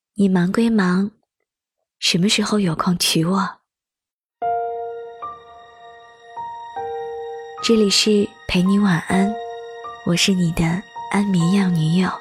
你忙归忙，什么时候有空娶我？这里是陪你晚安，我是你的安眠药女友。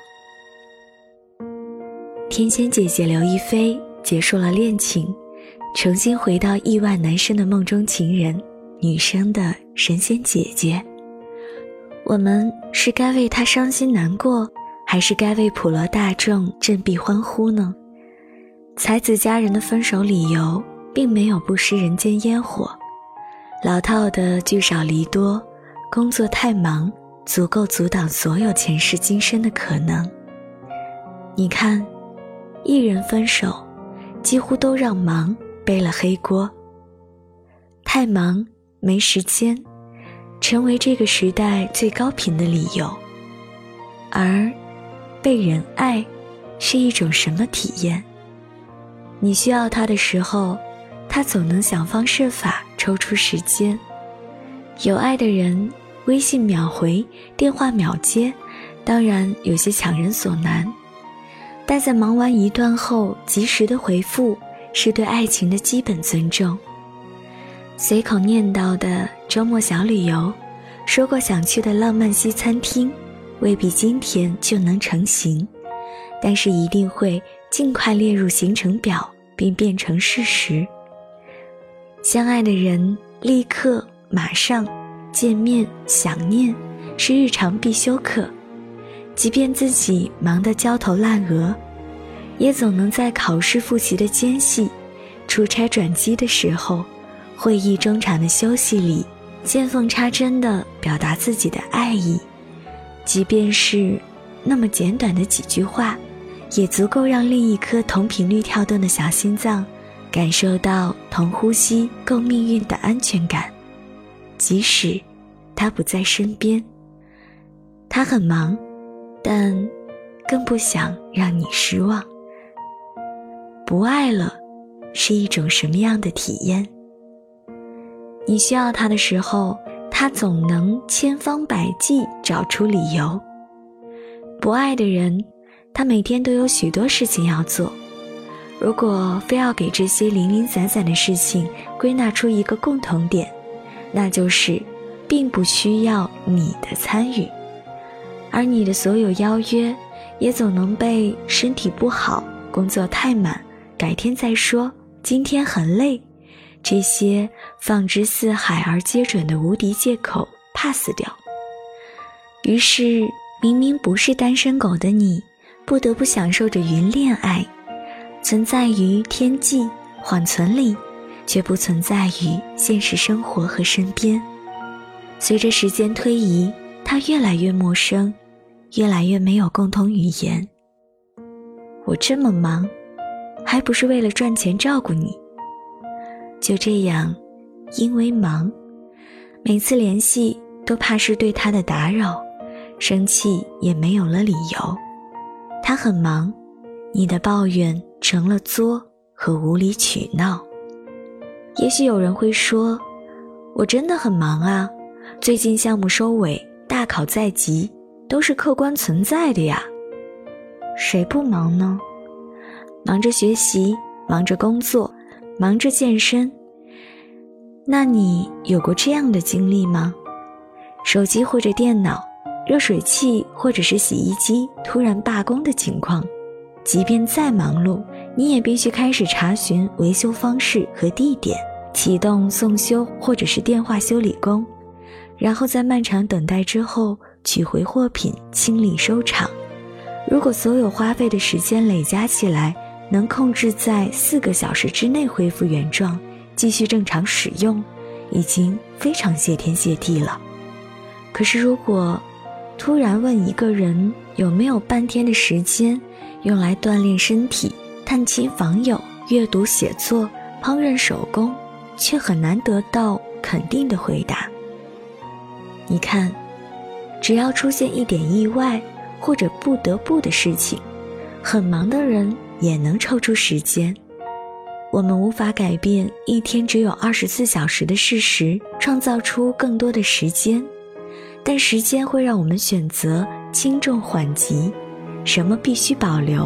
天仙姐姐刘亦菲结束了恋情，重新回到亿万男生的梦中情人，女生的神仙姐姐。我们是该为她伤心难过，还是该为普罗大众振臂欢呼呢？才子佳人的分手理由并没有不食人间烟火，老套的聚少离多，工作太忙，足够阻挡所有前世今生的可能。你看，艺人分手几乎都让忙背了黑锅，太忙没时间成为这个时代最高频的理由。而被人爱是一种什么体验？你需要他的时候，他总能想方设法抽出时间。有爱的人，微信秒回，电话秒接，当然有些强人所难，但在忙完一段后及时的回复，是对爱情的基本尊重。随口念叨的周末小旅游，说过想去的浪漫西餐厅，未必今天就能成行，但是一定会尽快列入行程表并变成事实。相爱的人立刻马上见面想念是日常必修课，即便自己忙得焦头烂额，也总能在考试复习的间隙，出差转机的时候，会议中场的休息里，见缝插针地表达自己的爱意。即便是那么简短的几句话，也足够让另一颗同频率跳动的小心脏感受到同呼吸共命运的安全感。即使他不在身边，他很忙，但更不想让你失望。不爱了是一种什么样的体验？你需要他的时候，他总能千方百计找出理由。不爱的人，他每天都有许多事情要做，如果非要给这些零零散散的事情归纳出一个共同点，那就是并不需要你的参与，而你的所有邀约也总能被身体不好、工作太满、改天再说、今天很累这些放之四海而皆准的无敌借口 pass 掉。于是明明不是单身狗的你，不得不享受着云恋爱，存在于天际缓存里，却不存在于现实生活和身边。随着时间推移，它越来越陌生，越来越没有共同语言。我这么忙，还不是为了赚钱照顾你？就这样，因为忙，每次联系都怕是对他的打扰，生气也没有了理由。他很忙，你的抱怨成了作和无理取闹。也许有人会说，我真的很忙啊，最近项目收尾，大考在即，都是客观存在的呀。谁不忙呢？忙着学习，忙着工作，忙着健身。那你有过这样的经历吗？手机或者电脑、热水器或者是洗衣机突然罢工的情况，即便再忙碌，你也必须开始查询维修方式和地点，启动送修或者是电话修理工，然后在漫长等待之后取回货品，清理收场。如果所有花费的时间累加起来，能控制在4个小时之内恢复原状，继续正常使用，已经非常谢天谢地了。可是如果突然问一个人有没有半天的时间用来锻炼身体、探亲访友、阅读写作、烹饪手工，却很难得到肯定的回答。你看，只要出现一点意外或者不得不的事情，很忙的人也能抽出时间。我们无法改变一天只有24小时的事实，创造出更多的时间，但时间会让我们选择轻重缓急，什么必须保留，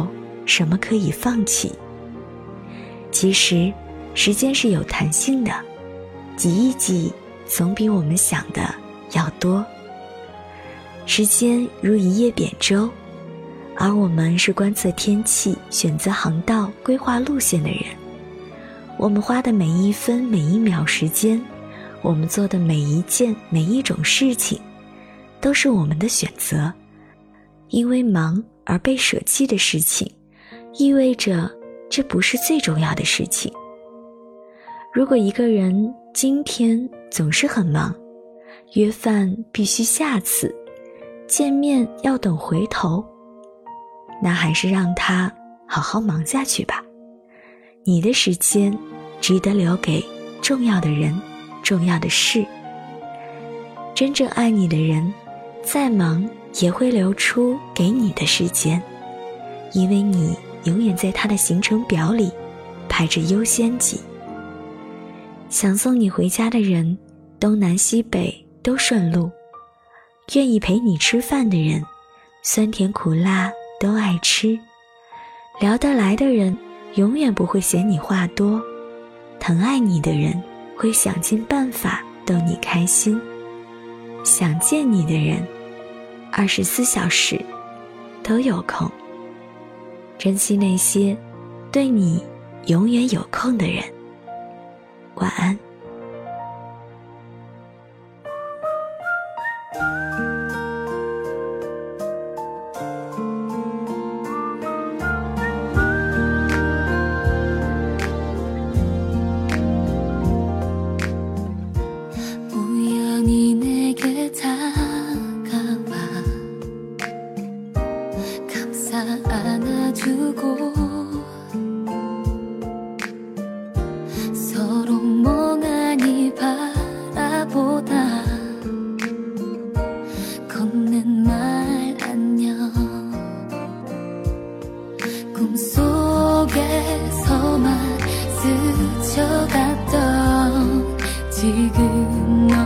什么可以放弃。其实时间是有弹性的，挤一挤总比我们想的要多。时间如一叶扁舟，而我们是观测天气、选择航道、规划路线的人。我们花的每一分每一秒时间，我们做的每一件每一种事情，都是我们的选择。因为忙而被舍弃的事情，意味着这不是最重要的事情。如果一个人今天总是很忙，约饭必须下次，见面要等回头，那还是让他好好忙下去吧。你的时间值得留给重要的人、重要的事。真正爱你的人，再忙也会留出给你的时间，因为你永远在他的行程表里排着优先级。想送你回家的人，东南西北都顺路；愿意陪你吃饭的人，酸甜苦辣都爱吃；聊得来的人，永远不会嫌你话多；疼爱你的人，会想尽办法逗你开心；想见你的人，24小时都有空。珍惜那些对你永远有空的人。晚安。 꿈속에서만 스쳐갔던 지금 너